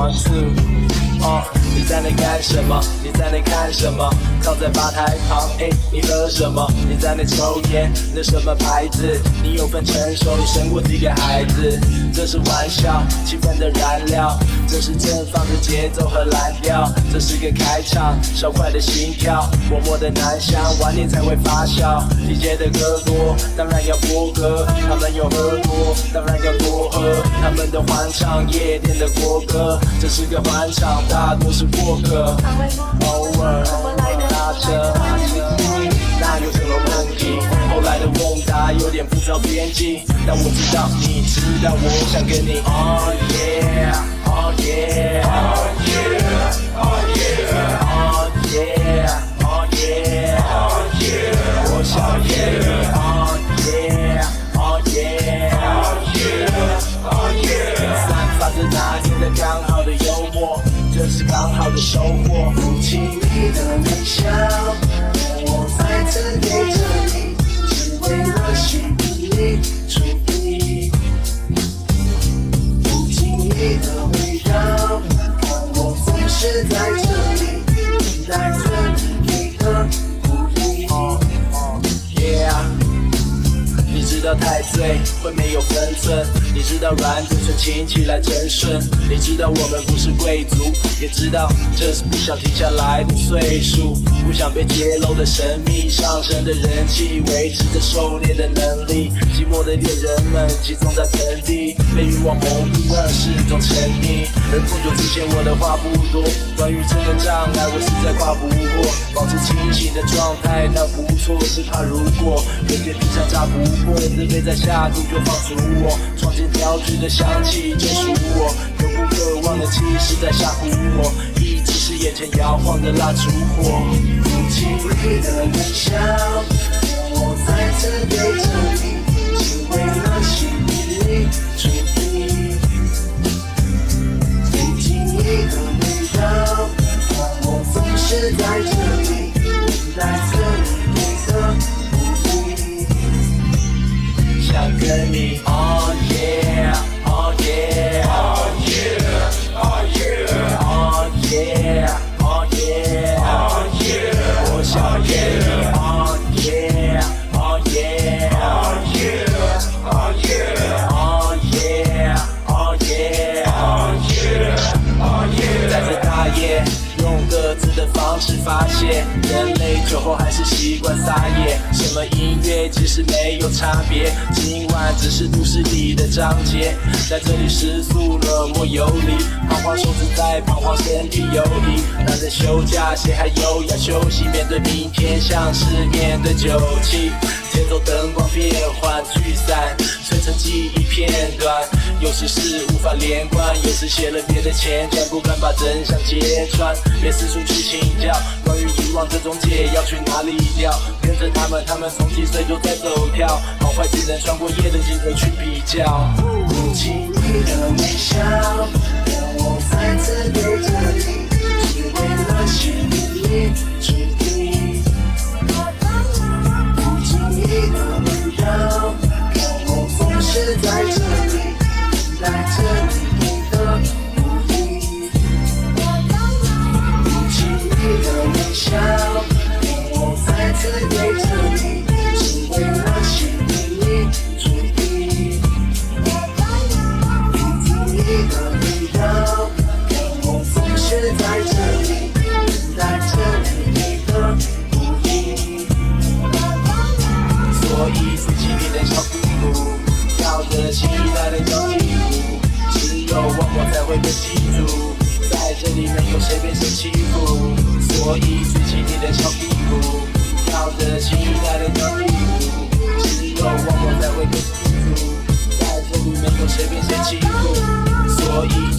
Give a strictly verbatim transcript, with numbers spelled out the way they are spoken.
One two， 哦、uh, 你在那干什么？你在那看什么？靠在吧台旁，哎，你喝什么？你在那抽烟，那什么牌子？你有份成熟，你生过几个孩子？这是玩笑，气氛的燃料，这是正放的节奏和蓝调，这是个开场，稍快的心跳，默默的南向，晚点才会发酵。D J 的歌多，当然要播歌，他们有喝多，当然要多喝，他们的欢唱，夜店的国歌，这是个欢场，大多是过客，偶尔拉扯，那有什么问题？后来的问答有点不着边际，但我知道，你知道，我想跟你 Oh yeah, oh yeah, oh yeah, oh yeah, oh yeah, oh yeah, oh yeah, 我想跟你 Oh yeah, oh yeah, oh yeah, oh yeah， 散发着那天的刚好的幽默，这是刚好的收获。不经意的微笑，我再次给着你，只为了吸引你注意。不经意的围绕，我总是在这里，等待着你给的鼓励。Yeah。你知道太醉会没有分寸，你知道软嘴唇亲起来真顺，你知道我们不是贵族，也知道这是不想停下来的岁数，不想被揭露的神秘，上升的人气维持着狩猎的能力，寂寞的猎人们集中在盆地，被欲望蒙蔽二是种沉溺，而不久之前我的话不多，关于这个障碍我实在跨不过，保持清醒的状态那不错，是怕如果有点皮箱炸不过，自卑在下注就放逐我，创建调具的香气就属我，有不渴望的气势在吓唬我，一直是眼前摇晃的蜡烛火。不经意的微笑，我再次给着你，只为了吸引你注意。不经意的围绕，我总是在这里，等待着你给的鼓励。想跟你 Oh yeah, oh yeah, oh yeah, oh yeah, oh yeah, oh yeah, oh yeah， 我想跟你 Oh yeah, oh yeah, oh yeah, oh yeah, oh yeah, oh yeah, oh yeah, oh yeah， 在这大夜用各自的方式发泄，人类酒后还是习惯撒野，什么音乐其实没有差别，今晚只是都市里的章节，在这里食宿冷漠游离，彷徨手指在彷徨身体游移，难得休假谁还优雅休息，面对明天像是面对酒气，节奏灯光变换聚散，碎成记忆片段，有时是无法连贯，有时写了别的前传，不敢把真相揭穿，别四处去请教关于遗忘这种解药去哪里掉，跟着他们，他们从几岁就在走跳，好坏只能穿过夜的镜头去比较。不经意的微笑，让我再次给着你，只为了吸引你注意。不经意的围绕，让我总是在这里，等待着你给的鼓励。不经意的微笑，让我再次给着你，只为了吸引你注意。不经意的围绕，让我总是在这里，等待着你给的鼓励。所以自己你的小屁股，跳着期待的小屁股，只有忘我才会被记住，在这里没有谁被谁欺负，所以举起你的小屁股，跳着期待的小屁股，只有忘我才会被记住，在这里没有谁被谁欺负，所以